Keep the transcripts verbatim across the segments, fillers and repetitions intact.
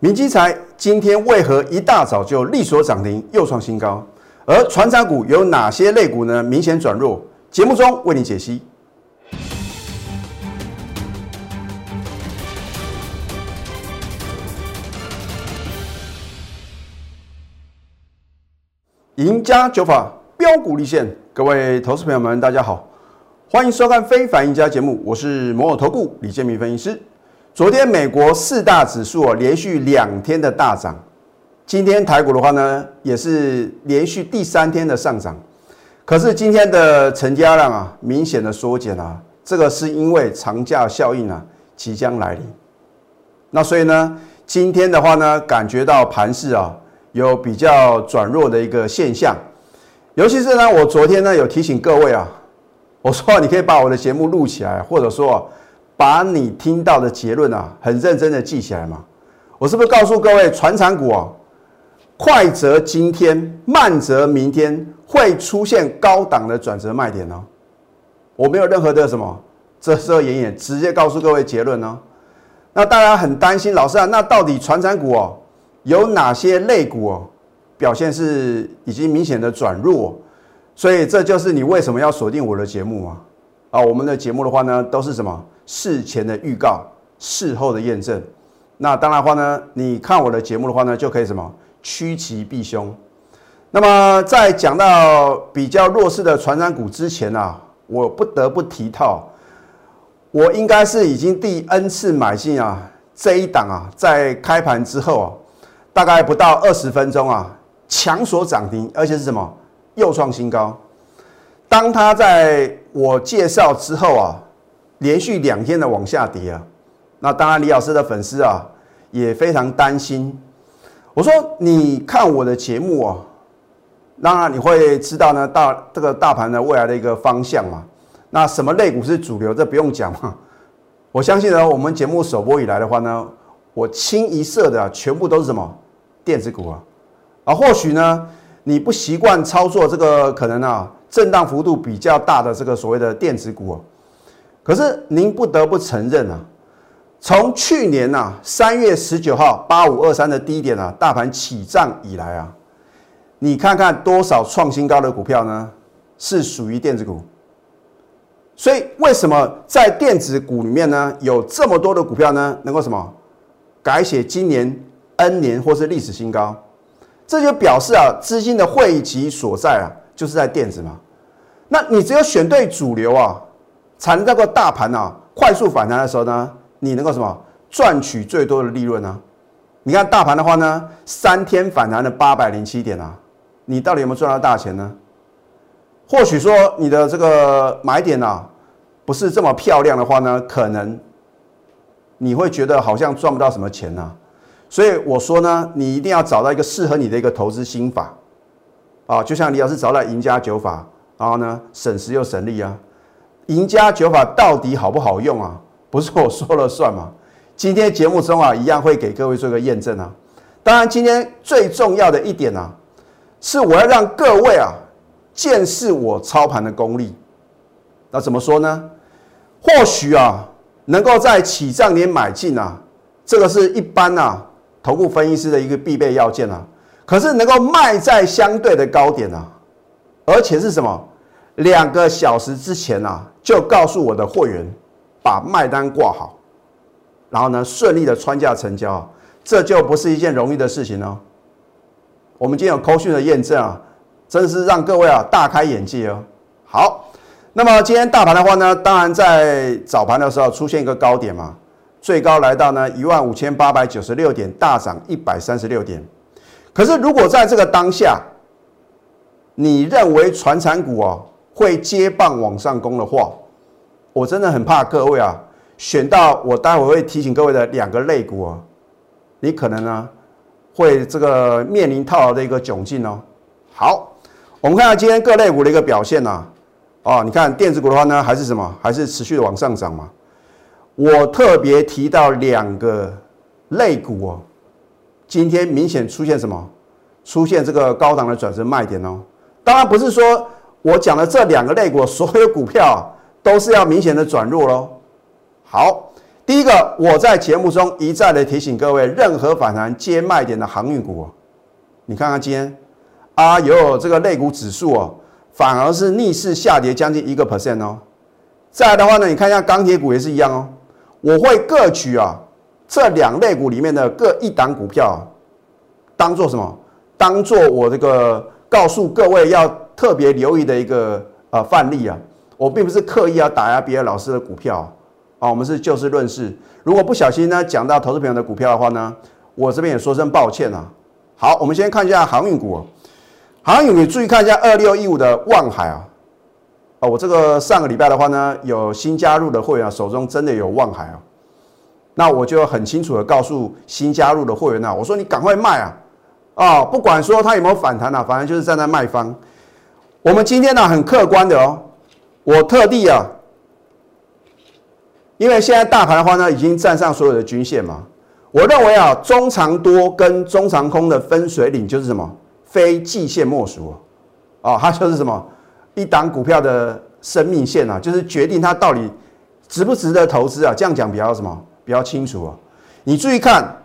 明基材今天为何一大早就力所涨停，又创新高？而传产股有哪些类股呢？明显转弱。节目中为你解析。赢家九法标股立现，各位投资朋友们，大家好，欢迎收看《非凡赢家》节目，我是摩尔投顾李建民分析师。昨天美国四大指数啊连续两天的大涨，今天台股的话呢，也是连续第三天的上涨。可是今天的成交量啊，明显的缩减啊，这个是因为长假效应啊即将来临。那所以呢，今天的话呢，感觉到盘势啊有比较转弱的一个现象。尤其是呢，我昨天呢有提醒各位啊，我说你可以把我的节目录起来，或者说把你听到的结论啊，很认真的记起来嘛。我是不是告诉各位，传产股啊，快则今天，慢则明天会出现高档的转折卖点呢？我没有任何的什么遮遮掩掩，直接告诉各位结论呢。那大家很担心，老师啊，那到底传产股哦，有哪些类股哦，表现是已经明显的转弱？所以这就是你为什么要锁定我的节目啊？啊，我们的节目的话呢，都是什么？事前的预告，事后的验证。那当然的话呢，你看我的节目的话呢，就可以什么趋吉避凶。那么在讲到比较弱势的传产股之前啊，我不得不提到，我应该是已经第 N 次买进啊这一档啊，在开盘之后啊，大概不到二十分钟啊，强锁涨停，而且是什么又创新高。当它在我介绍之后啊，连续两天的往下跌啊，那当然李老师的粉丝啊也非常担心。我说你看我的节目啊，当然你会知道呢，大这个大盘的未来的一个方向嘛。那什么类股是主流，这不用讲嘛。我相信呢，我们节目首播以来的话呢，我清一色的、啊、全部都是什么电子股啊。啊，或许呢你不习惯操作这个可能啊震荡幅度比较大的这个所谓的电子股啊。可是您不得不承认啊，从去年啊三月十九号八五二三的低点啊，大盘起涨以来啊，你看看多少创新高的股票呢？是属于电子股。所以为什么在电子股里面呢，有这么多的股票呢，能够什么改写今年 N 年或是历史新高？这就表示啊，资金的汇集所在啊，就是在电子嘛。那你只有选对主流啊，才能在这个大盘啊快速反弹的时候呢，你能够什么赚取最多的利润呢？你看大盘的话呢，三天反弹了八百零七点啊，你到底有没有赚到大钱呢？或许说你的这个买点啊不是这么漂亮的话呢，可能你会觉得好像赚不到什么钱啊。所以我说呢，你一定要找到一个适合你的一个投资心法啊，就像李老师找到赢家九法，然后呢省时又省力啊。赢家九法到底好不好用啊？不是我说了算嘛。今天节目中啊，一样会给各位做一个验证啊。当然，今天最重要的一点啊，是我要让各位啊见识我操盘的功力。那怎么说呢？或许啊，能够在起涨点买进啊，这个是一般啊投顾分析师的一个必备要件啊。可是能够卖在相对的高点啊，而且是什么？两个小时之前啊，就告诉我的会员把卖单挂好，然后呢顺利的穿价成交、啊，这就不是一件容易的事情哦。我们今天有扣讯的验证啊，真是让各位啊大开眼界哦。好，那么今天大盘的话呢，当然在早盘的时候出现一个高点嘛，最高来到呢一万五千八百九十六点，大涨一百三十六点。可是如果在这个当下，你认为传产股啊会接棒往上攻的话，我真的很怕各位啊选到我待会会提醒各位的两个类股啊，你可能呢会这个面临套牢的一个窘境哦。好，我们看看今天各类股的一个表现啊。哦，你看电子股的话呢，还是什么？还是持续的往上涨嘛。我特别提到两个类股哦，今天明显出现什么？出现这个高档的转折卖点哦。当然不是说我讲的这两个类股所有股票、啊、都是要明显的转弱咯。好， 第一个，我在节目中一再的提醒各位，任何反弹接卖点的航运股、哦，你看看今天，啊，有这个类股指数哦，反而是逆势下跌将近一个 percent 哦。再来的话呢，你看一下钢铁股也是一样哦，我会各取啊这两类股里面的各一档股票、啊，当做什么？当做我这个告诉各位要特别留意的一个呃范例啊。我并不是刻意要打压别的老师的股票啊，我们是就事论事。如果不小心呢讲到投资朋友的股票的话呢，我这边也说声抱歉啊。好，我们先看一下航运股、啊，航运股你注意看一下二六一五的万海啊，哦，我这个上个礼拜的话呢，有新加入的会员、啊、手中真的有万海啊，那我就很清楚的告诉新加入的会员啊，我说你赶快卖啊，啊、哦，不管说它有没有反弹啊，反正就是站在卖方。我们今天呢很客观的哦。我特地啊，因为现在大盘的话呢，已经站上所有的均线嘛。我认为啊，中长多跟中长空的分水岭就是什么？非季线莫属啊、哦，它就是什么？一档股票的生命线啊，就是决定它到底值不值得投资啊。这样讲比较什么？比较清楚啊。你注意看，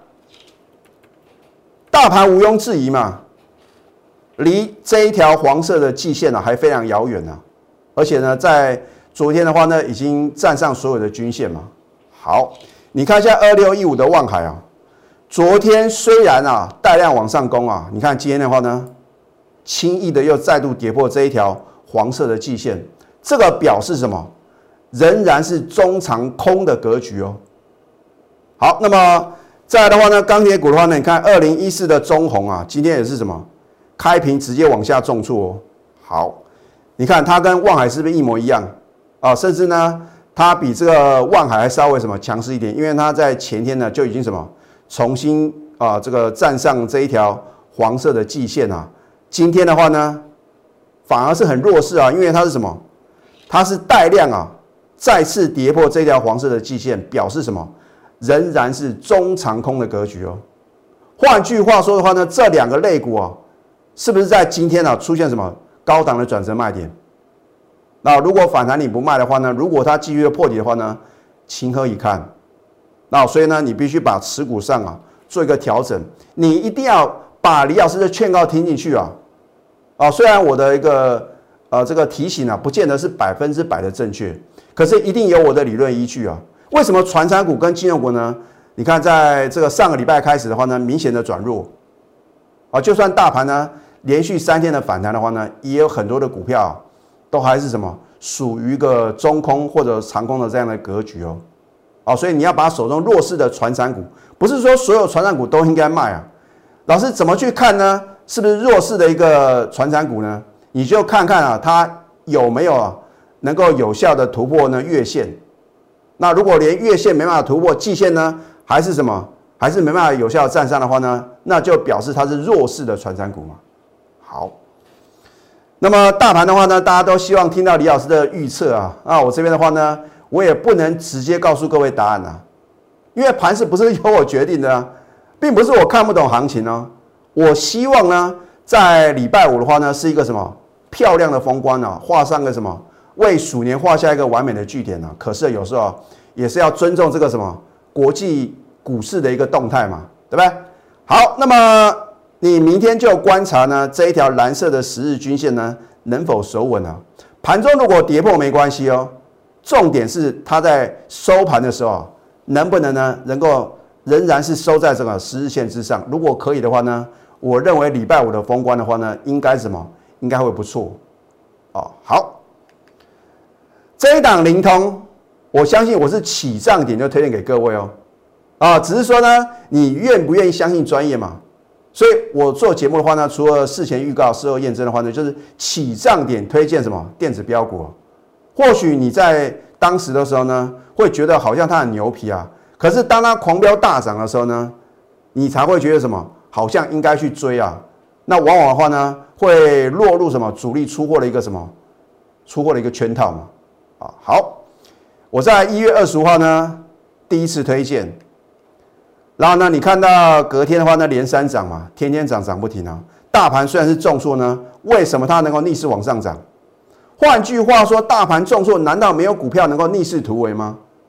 大盘毋庸置疑嘛，离这一条黄色的季线啊，还非常遥远啊。而且呢，在昨天的话呢，已经站上所有的均线嘛。好，你看一下二六一五的万海啊，昨天虽然啊带量往上攻啊，你看今天的话呢，轻易的又再度跌破这一条黄色的季线，这个表示什么？仍然是中长空的格局哦。好，那么再来的话呢，钢铁股的话呢，你看二零一四的中鸿啊，今天也是什么？开平直接往下重挫哦。好。你看它跟万海是不是一模一样啊？甚至呢，它比这个万海还稍微什么强势一点，因为它在前天呢就已经什么重新啊这个站上这一条黄色的季线啊。今天的话呢，反而是很弱势啊，因为它是什么？它是带量啊再次跌破这条黄色的季线，表示什么？仍然是中长空的格局哦。换句话说的话呢，这两个类股啊，是不是在今天啊出现什么？高档的转折卖点，那如果反弹你不卖的话呢？如果它继续破底的话呢？情何以堪？那所以呢，你必须把持股上啊做一个调整，你一定要把李老师的劝告听进去啊！啊，虽然我的一个呃这个提醒啊，不见得是百分之百的正确，可是一定有我的理论依据啊。为什么传产股跟金融股呢？你看，在这个上个礼拜开始的话呢，明显的转弱啊，就算大盘呢。连续三天的反弹的话呢，也有很多的股票、啊、都还是什么属于一个中空或者长空的这样的格局哦。哦，所以你要把手中弱势的传产股，不是说所有传产股都应该卖啊。老师怎么去看呢？是不是弱势的一个传产股呢？你就看看啊，它有没有啊能够有效的突破呢月线？那如果连月线没办法突破，季线呢还是什么？还是没办法有效的站上的话呢，那就表示它是弱势的传产股嘛。好，那么大盘的话呢，大家都希望听到李老师的预测啊。啊，我这边的话呢，我也不能直接告诉各位答案啊，因为盘势不是由我决定的啊，并不是我看不懂行情哦。我希望呢，在礼拜五的话呢，是一个什么漂亮的封关啊，画上个什么为鼠年画下一个完美的句点啊。可是有时候也是要尊重这个什么国际股市的一个动态嘛，对不对？好，那么。你明天就观察呢这一条蓝色的十日均线呢能否守稳啊？盘中如果跌破没关系哦，重点是它在收盘的时候能不能呢能够仍然是收在这个十日线之上。如果可以的话呢，我认为礼拜五的封关的话呢，应该什么？应该会不错哦。好，这一档灵通，我相信我是起涨点就推荐给各位哦。啊，只是说呢，你愿不愿意相信专业嘛？所以我做节目的话呢，除了事前预告、事后验证的话呢，就是起涨点推荐什么电子标股。或许你在当时的时候呢，会觉得好像它很牛皮啊，可是当它狂飙大涨的时候呢，你才会觉得什么好像应该去追啊。那往往的话呢，会落入什么主力出货的一个什么出货的一个圈套嘛。啊，好，我在一月二十五号呢第一次推荐。然后呢，你看到隔天的话呢，连三涨嘛，天天涨涨不停啊。大盘虽然是重挫呢，为什么它能够逆势往上涨？换句话说，大盘重挫，难道没有股票能够逆势突围吗？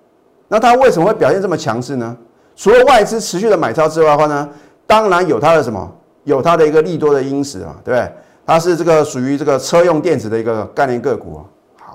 那它为什么会表现这么强势呢？除了外资持续的买超之外的话呢，当然有它的什么，有它的一个利多的因子嘛，对不对？它是这个属于这个车用电子的一个概念个股啊。好，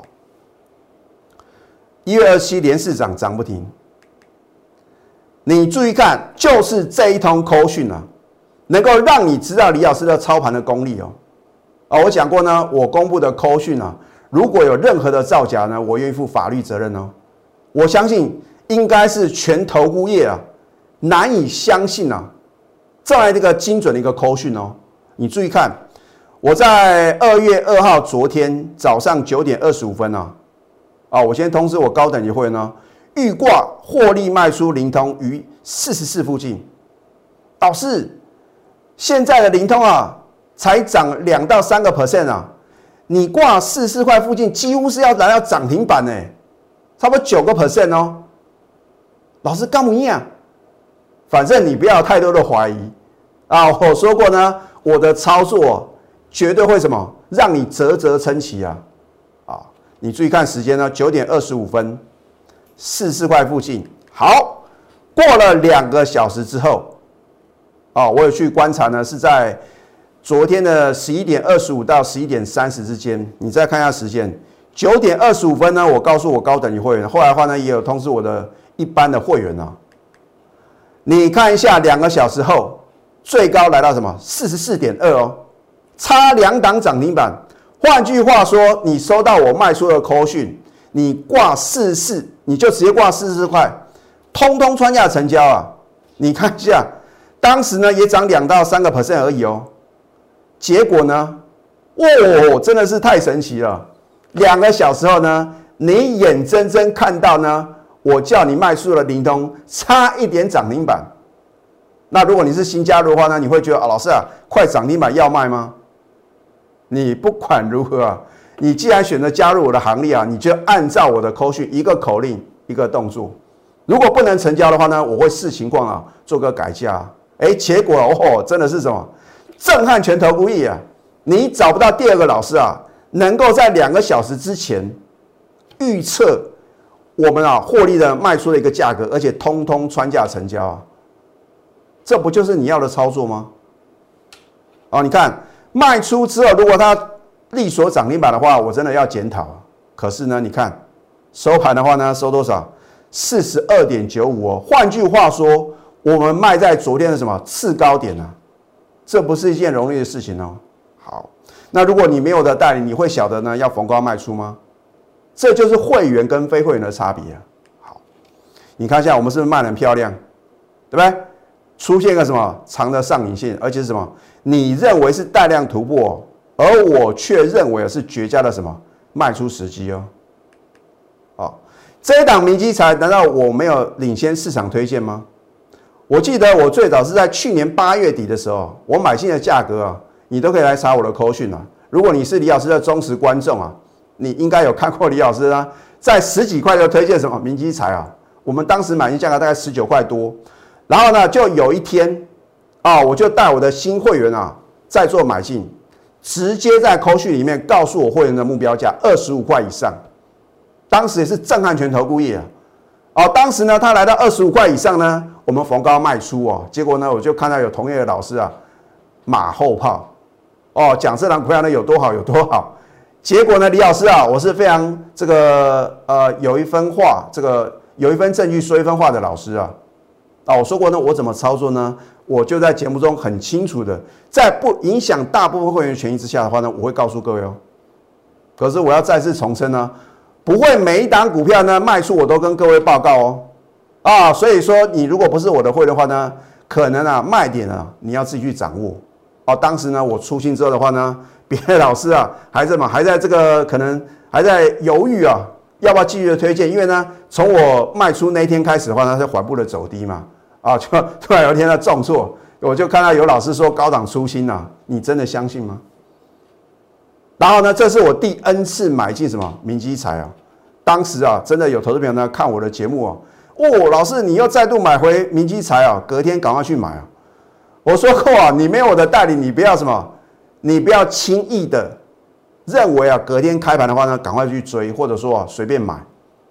一月二十七连四涨，涨不停。你注意看，就是这一通扣讯啊，能够让你知道李老师的操盘的功力哦。啊，我讲过呢，我公布的扣讯啊，如果有任何的造假呢，我愿意负法律责任哦。我相信应该是全投顾业啊难以相信啊，这样这个精准的一个扣讯哦。你注意看，我在二月二号昨天早上九点二十五分啊，啊，我先通知我高等级会员呢，预挂获利卖出灵通于四十四附近。老师，现在的灵通啊，才涨两到三个 percent 啊，你挂四十四块附近，几乎是要来到涨停板呢，差不多九个 percent 哦。老师干不一样，反正你不要太多的怀疑啊。我说过呢，我的操作绝对会什么，让你啧啧称奇啊！啊，你注意看时间呢，九点二十五分，四十四块附近。好，过了两个小时之后，啊，我有去观察呢，是在昨天的十一点二十五到十一点三十之间。你再看一下时间，九点二十五分呢，我告诉我高等级会员，后来的话呢，也有通知我的一般的会员啊。你看一下，两个小时后，最高来到什么？四十四点二哦，差两档涨停板。换句话说，你收到我卖出的call讯，你挂四十四，你就直接挂四十四块，通通穿价成交啊！你看一下，当时呢也涨两到三个 percent 而已哦。结果呢，哦，真的是太神奇了！两个小时后呢，你眼睁睁看到呢，我叫你卖出了灵通，差一点涨停板。那如果你是新加入的话呢，你会觉得啊，老师啊，快涨停板要卖吗？你不管如何啊，你既然选择加入我的行列啊，你就按照我的口讯，一个口令，一个动作。如果不能成交的话呢，我会视情况啊做个改价、啊。哎，结果哦，真的是什么震撼全投顾业啊！你找不到第二个老师啊，能够在两个小时之前预测我们啊获利的卖出的一个价格，而且通通穿价成交啊，这不就是你要的操作吗？哦，你看卖出之后，如果它力所涨停板的话，我真的要检讨啊。可是呢，你看收盘的话呢，收多少？四十二点九五哦。换句话说，我们卖在昨天的什么次高点啊？这不是一件容易的事情哦。好，那如果你没有的带领，你会晓得呢要逢高卖出吗？这就是会员跟非会员的差别啊。好，你看一下我们是不是卖得很漂亮，对不对？出现个什么长的上影线，而且是什么？你认为是带量突破，而我却认为是绝佳的什么卖出时机哦。好，这一档明基材，难道我没有领先市场推荐吗？我记得我最早是在去年八月底的时候，我买进的价格啊，你都可以来查我的口讯啊。如果你是李老师的忠实观众啊，你应该有看过李老师啊，在十几块就推荐什么明基材啊，我们当时买进价格大概十九块多，然后呢，就有一天啊，我就带我的新会员啊，在做买进，直接在口讯里面告诉我会员的目标价二十五块以上，当时也是震撼全投顾业啊。哦，当时呢，他来到二十五块以上呢，我们逢高卖出哦。结果呢，我就看到有同业的老师啊，马后炮哦，讲这档股票呢有多好有多好。结果呢，李老师啊，我是非常这个呃有一分话，这个有一分证据说一分话的老师啊。啊，我说过呢，我怎么操作呢？我就在节目中很清楚的，在不影响大部分会员权益之下的话呢，我会告诉各位哦。可是我要再次重申呢。不会每一档股票呢卖出我都跟各位报告哦，啊，所以说你如果不是我的会的话呢，可能啊卖点啊你要自己去掌握哦。当时呢我出清之后的话呢，别的老师啊还在嘛还在这个可能还在犹豫啊，要不要继续的推荐？因为呢从我卖出那一天开始的话呢是缓步的走低嘛，啊，就突然有一天呢重挫，我就看到有老师说高档出清啊，你真的相信吗？然后呢，这是我第 N 次买进什么明基材啊？当时啊，真的有投资朋友呢看我的节目啊，哦，老师你又再度买回明基材啊，隔天赶快去买啊！我说过啊，你没有我的带领，你不要什么，你不要轻易的认为啊，隔天开盘的话呢，赶快去追，或者说啊随便买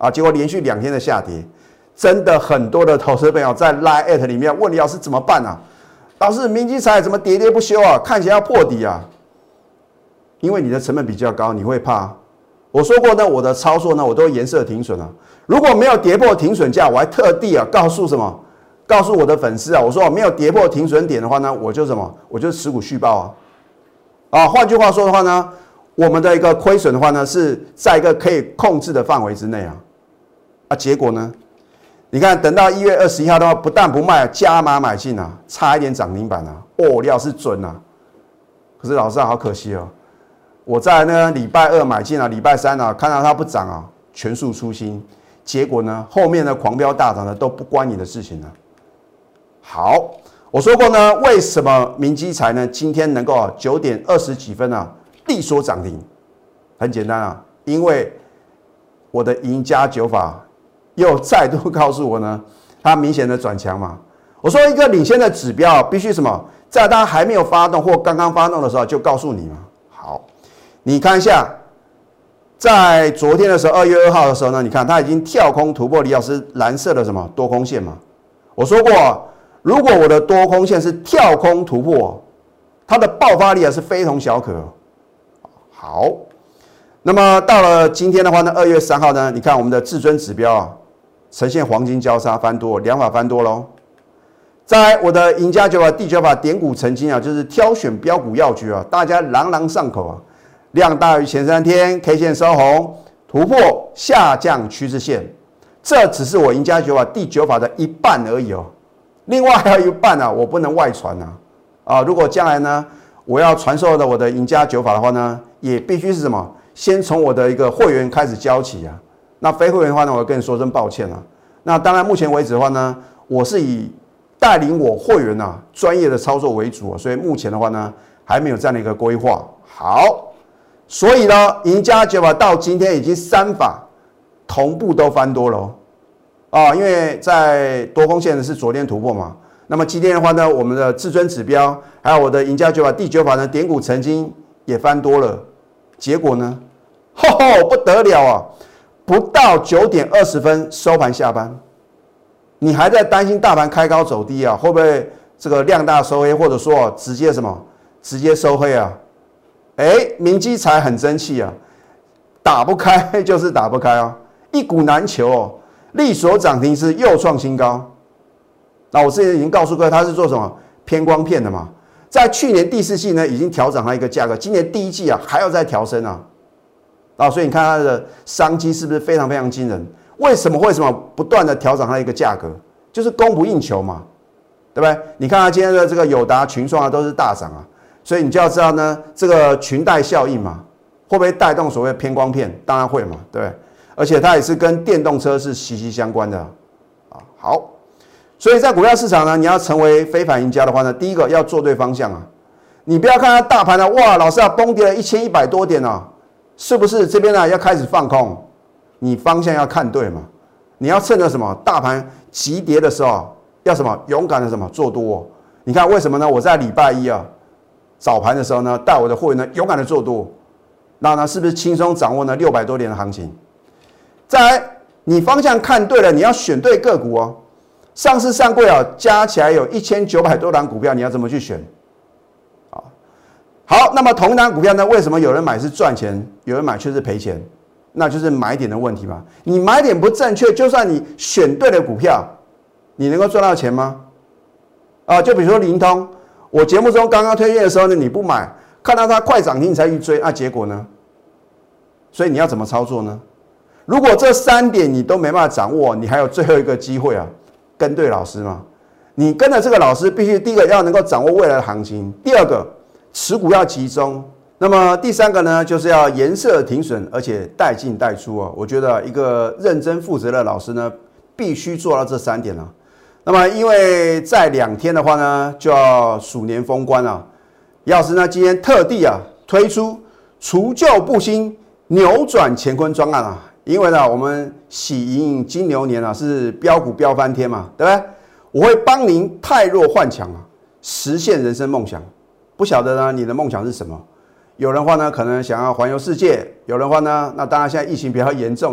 啊，结果连续两天的下跌，真的很多的投资朋友在 Line@ 里面问李老师怎么办啊？老师，明基材怎么喋喋不休啊？看起来要破底啊！因为你的成本比较高，你会怕。我说过呢，我的操作呢，我都颜色停损啊。如果没有跌破停损价，我还特地啊告诉什么？告诉我的粉丝啊，我说我没有跌破停损点的话呢，我就什么？我就持股续报啊。啊，换句话说的话呢，我们的一个亏损的话呢，是在一个可以控制的范围之内啊。啊，结果呢？你看，等到一月二十一号的话，不但不卖，加码买进啊，差一点涨停板啊。哦，料是准啊。可是老师啊，好可惜哦。我在那礼拜二买进啊，礼拜三啊，看到它不涨啊，全数出清。结果呢，后面的狂飙大涨的都不关你的事情了。好，我说过呢，为什么明基材呢今天能够啊九点二十几分啊力所涨停？很简单啊，因为我的赢家九法又再度告诉我呢，它明显的转强嘛。我说一个领先的指标必须什么，在它还没有发动或刚刚发动的时候就告诉你嘛。好，你看一下。在昨天的时候，二月二号的时候呢，你看它已经跳空突破李老师蓝色的什么多空线嘛？我说过，如果我的多空线是跳空突破，它的爆发力啊是非同小可。好，那么到了今天的话呢，二月三号呢，你看我们的至尊指标啊，呈现黄金交叉翻多，两法翻多喽。在我的赢家九法第九法点股成金啊，就是挑选标股要诀啊，大家朗朗上口啊。量大于前三天 K 线收红，突破下降趋势线，这只是我赢家九法第九法的一半而已哦。另外还有一半啊，我不能外传啊。啊，如果将来呢，我要传授的我的赢家九法的话呢，也必须是什么？先从我的一个会员开始教起啊。那非会员的话呢，我要跟你说声抱歉啊。那当然，目前为止的话呢，我是以带领我会员啊专业的操作为主啊，所以目前的话呢，还没有这样的一个规划。好。所以呢，赢家九法到今天已经三法同步都翻多了哦，啊，因为在多空线的是昨天突破嘛，那么今天的话呢，我们的至尊指标还有我的赢家九法第九法呢，点股成金也翻多了，结果呢，吼吼不得了啊！不到九点二十分收盘下班，你还在担心大盘开高走低啊，会不会这个量大收黑，或者说直接什么直接收黑啊？哎，明基材很争气啊，打不开就是打不开啊，一股难求哦，力所涨停是又创新高。那我之前已经告诉各位，它是做什么偏光片的嘛，在去年第四季呢已经调整了一个价格，今年第一季啊还要再调升啊，啊，所以你看它的商机是不是非常非常惊人？为什么为什么不断的调整它一个价格？就是供不应求嘛，对不对？你看它今天的这个友达、群创啊都是大涨啊。所以你就要知道呢，这个裙带效应嘛，会不会带动所谓偏光片？当然会嘛，对不对？而且它也是跟电动车是息息相关的啊。好，所以在股票市场呢，你要成为非凡赢家的话呢，第一个要做对方向啊。你不要看它大盘呢，哇，老师啊，崩跌了一千一百多点啊，是不是这边呢要开始放空？你方向要看对嘛，你要趁着什么大盘急跌的时候，要什么勇敢的什么做多、哦。你看为什么呢？我在礼拜一啊。早盘的时候呢，带我的会员呢勇敢的做多，那呢是不是轻松掌握呢六百多点的行情？再来，你方向看对了，你要选对个股哦。上市上柜啊，加起来有一千九百多档股票，你要怎么去选？啊，好，那么同一档股票呢，为什么有人买是赚钱，有人买却是赔钱？那就是买点的问题嘛。你买点不正确，就算你选对了股票，你能够赚到钱吗？啊，就比如说灵通。我节目中刚刚推荐的时候呢，你不买，看到它快涨停才去追，那、啊、结果呢？所以你要怎么操作呢？如果这三点你都没办法掌握，你还有最后一个机会啊，跟对老师嘛。你跟着这个老师，必须第一个要能够掌握未来的行情，第二个持股要集中，那么第三个呢，就是要颜色停损，而且带进带出啊。我觉得一个认真负责的老师呢，必须做到这三点啊。那么，因为在两天的话呢，就要鼠年封关了。李老师呢，今天特地啊推出除旧布新、扭转乾坤专案啊。因为呢，我们喜迎金牛年啊，是标股飙翻天嘛，对不对？我会帮您汰弱换强啊，实现人生梦想。不晓得呢，你的梦想是什么？有人话呢，可能想要环游世界；有人话呢，那当然现在疫情比较严重啊，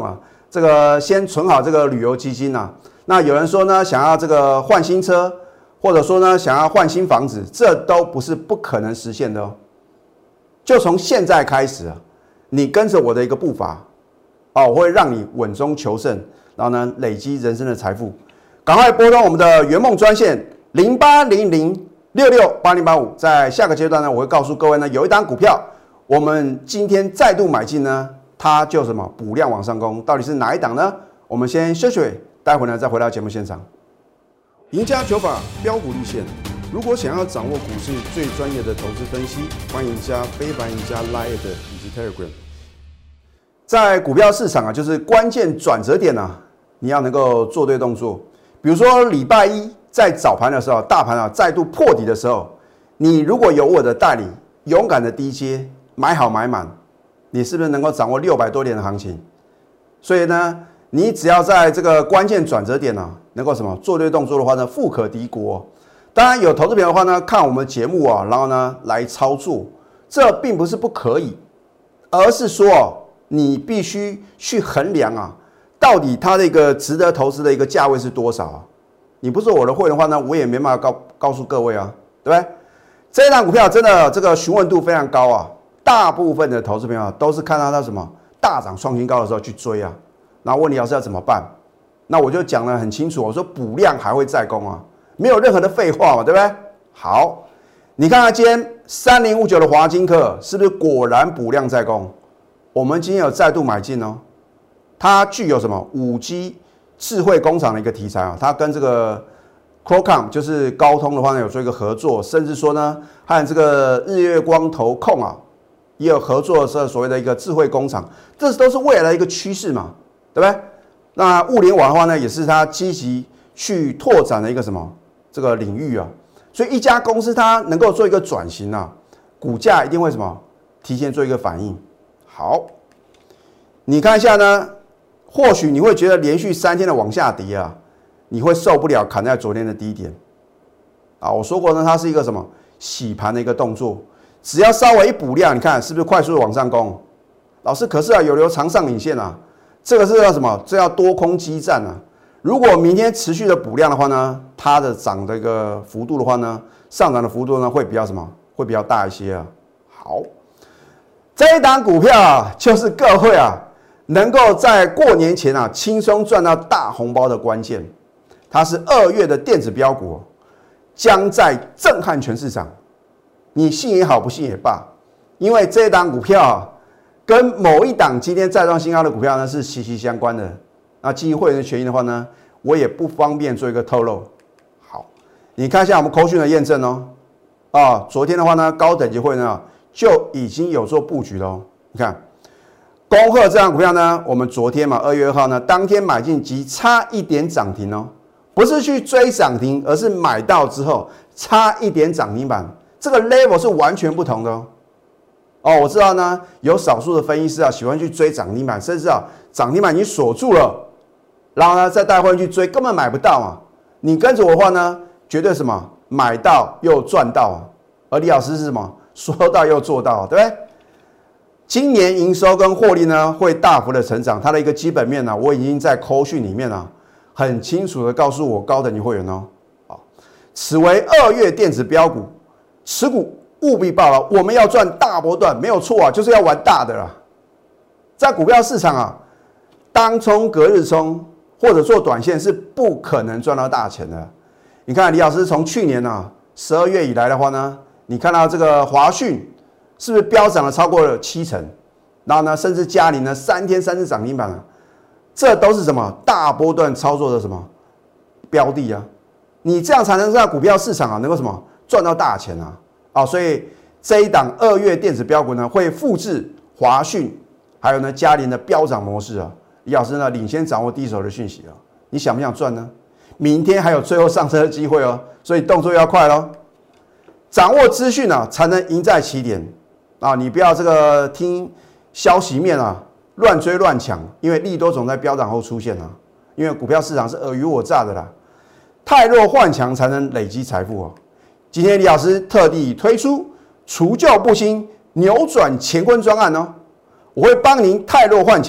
这个先存好这个旅游基金啊。那有人说呢，想要这个换新车，或者说呢，想要换新房子，这都不是不可能实现的哦。就从现在开始啊，你跟着我的一个步伐，哦，我会让你稳中求胜，然后呢，累积人生的财富。赶快拨通我们的圆梦专线零八零零六六八零八五。在下个阶段呢，我会告诉各位呢，有一档股票，我们今天再度买进呢，它就什么补量往上攻，到底是哪一档呢？我们先休息，待会呢再回到节目现场。赢家九法标股立线。如果想要掌握股市最专业的投资分析，欢迎加非凡、赢家 Line 以及 Telegram。在股票市场啊，就是关键转折点啊，你要能够做对动作。比如说礼拜一在早盘的时候，大盘啊再度破底的时候，你如果有我的带领，勇敢的低接，买好买满，你是不是能够掌握六百多点的行情？所以呢，你只要在这个关键转折点啊，能够什么做对动作的话呢，富可敌国哦。当然有投资朋友的话呢，看我们节目啊，然后呢来操作，这并不是不可以，而是说你必须去衡量啊，到底它的一个值得投资的一个价位是多少啊？你不是我的会员的话呢，我也没办法告告诉各位啊，对不对？这一档股票真的这个询问度非常高啊，大部分的投资朋友都是看到它什么大涨创新高的时候去追啊，然后问李老师要怎么办？那我就讲得很清楚，我说补量还会再攻啊。没有任何的废话嘛，对不对？好，你看看今天三零五九的华金科是不是果然补量再攻？我们今天有再度买进哦。它具有什么五 G 智慧工厂的一个题材啊？它跟这个 Qualcomm 就是高通的话呢有做一个合作，甚至说呢和这个日月光投控啊也有合作，是所谓的一个智慧工厂，这都是未来的一个趋势嘛，对不对？那物联网的话呢，也是它积极去拓展的一个什么？这个领域啊，所以一家公司它能够做一个转型啊，股价一定会什么提前做一个反应。好，你看一下呢，或许你会觉得连续三天的往下跌啊，你会受不了，砍在昨天的低点啊。我说过呢，它是一个什么洗盘的一个动作，只要稍微一补量，你看是不是快速的往上攻？老师，可是啊有留长上影线啊，这个是要什么？这要多空激战啊。如果明天持续的补量的话呢，它的涨的一个幅度的话呢，上涨的幅度呢会比较什么？会比较大一些啊。好，这一档股票啊，就是各位啊能够在过年前啊轻松赚到大红包的关键。它是二月的电子标股，将在震撼全市场。你信也好，不信也罢，因为这一档股票啊，跟某一档今天再创新高的股票呢是息息相关的。那基于会员的权益的话呢，我也不方便做一个透露。好，你看一下我们扣讯的验证哦。啊，昨天的话呢，高等级会员呢就已经有做布局了哦。你看，恭贺这张股票呢，我们昨天嘛，二月二号呢，当天买进即差一点涨停哦，不是去追涨停，而是买到之后差一点涨停板，这个 level 是完全不同的哦。哦，我知道呢，有少数的分析师啊喜欢去追涨停板，甚至啊涨停板已经锁住了。然后呢，再带会员去追，根本买不到嘛。你跟着我的话呢，绝对什么买到又赚到啊。而李老师是什么说到又做到，对不对？今年营收跟获利呢会大幅的成长，它的一个基本面呢、啊，我已经在扣讯里面啊很清楚的告诉我高等级会员哦。好，此为二月电子标股，持股务必报了。我们要赚大波段，没有错啊，就是要玩大的啦。在股票市场啊，当冲、隔日冲。或者做短线是不可能赚到大钱的。你看李老师从去年啊十二月以来的话呢，你看到这个华讯是不是飙涨了超过了七成？然后呢，甚至嘉麟呢三天三次涨停板啊，这都是什么大波段操作的什么标的啊？你这样才能在股票市场啊能够什么赚到大钱啊！啊，所以这一档二月电子标股呢会复制华讯还有呢嘉麟的飙涨模式啊。李老师呢，领先掌握第一手的讯息啊，你想不想赚呢？明天还有最后上车的机会哦，所以动作要快咯。掌握资讯啊，才能赢在起点啊！你不要这个听消息面啊，乱追乱抢，因为利多总在飙涨后出现啊。因为股票市场是尔虞我诈的啦，太弱换强才能累积财富哦。今天李老师特地推出除旧布新、扭转乾坤专案哦，我会帮您太弱换强。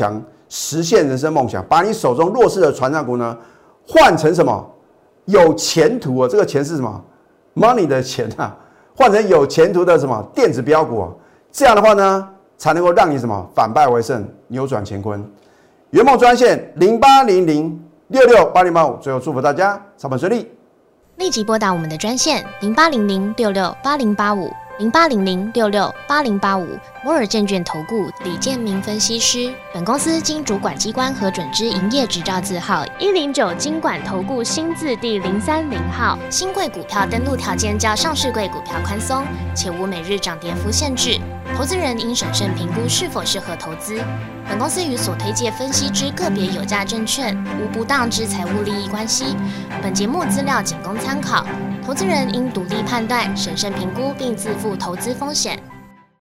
实现人生梦想，把你手中弱势的传产股呢换成什么有前途啊？这个钱是什么 ？money 的钱啊，换成有前途的什么电子标股啊？这样的话呢，才能够让你什么反败为胜，扭转乾坤。圆梦专线零八零零六六八零八五，最后祝福大家操盘顺利。 立即拨打我们的专线零八零零六六八零八五零八零零六六八零八五摩尔证券投顾李建明分析师。本公司经主管机关核准之营业执照字号一零九金管投顾新字第零三零号。新贵股票登录条件较上市贵股票宽松，且无每日涨跌幅限制。投资人应审慎评估是否适合投资。本公司与所推介分析之个别有价证券无不当之财务利益关系。本节目资料仅供参考，投资人应独立判断、审慎评估并自负投资风险。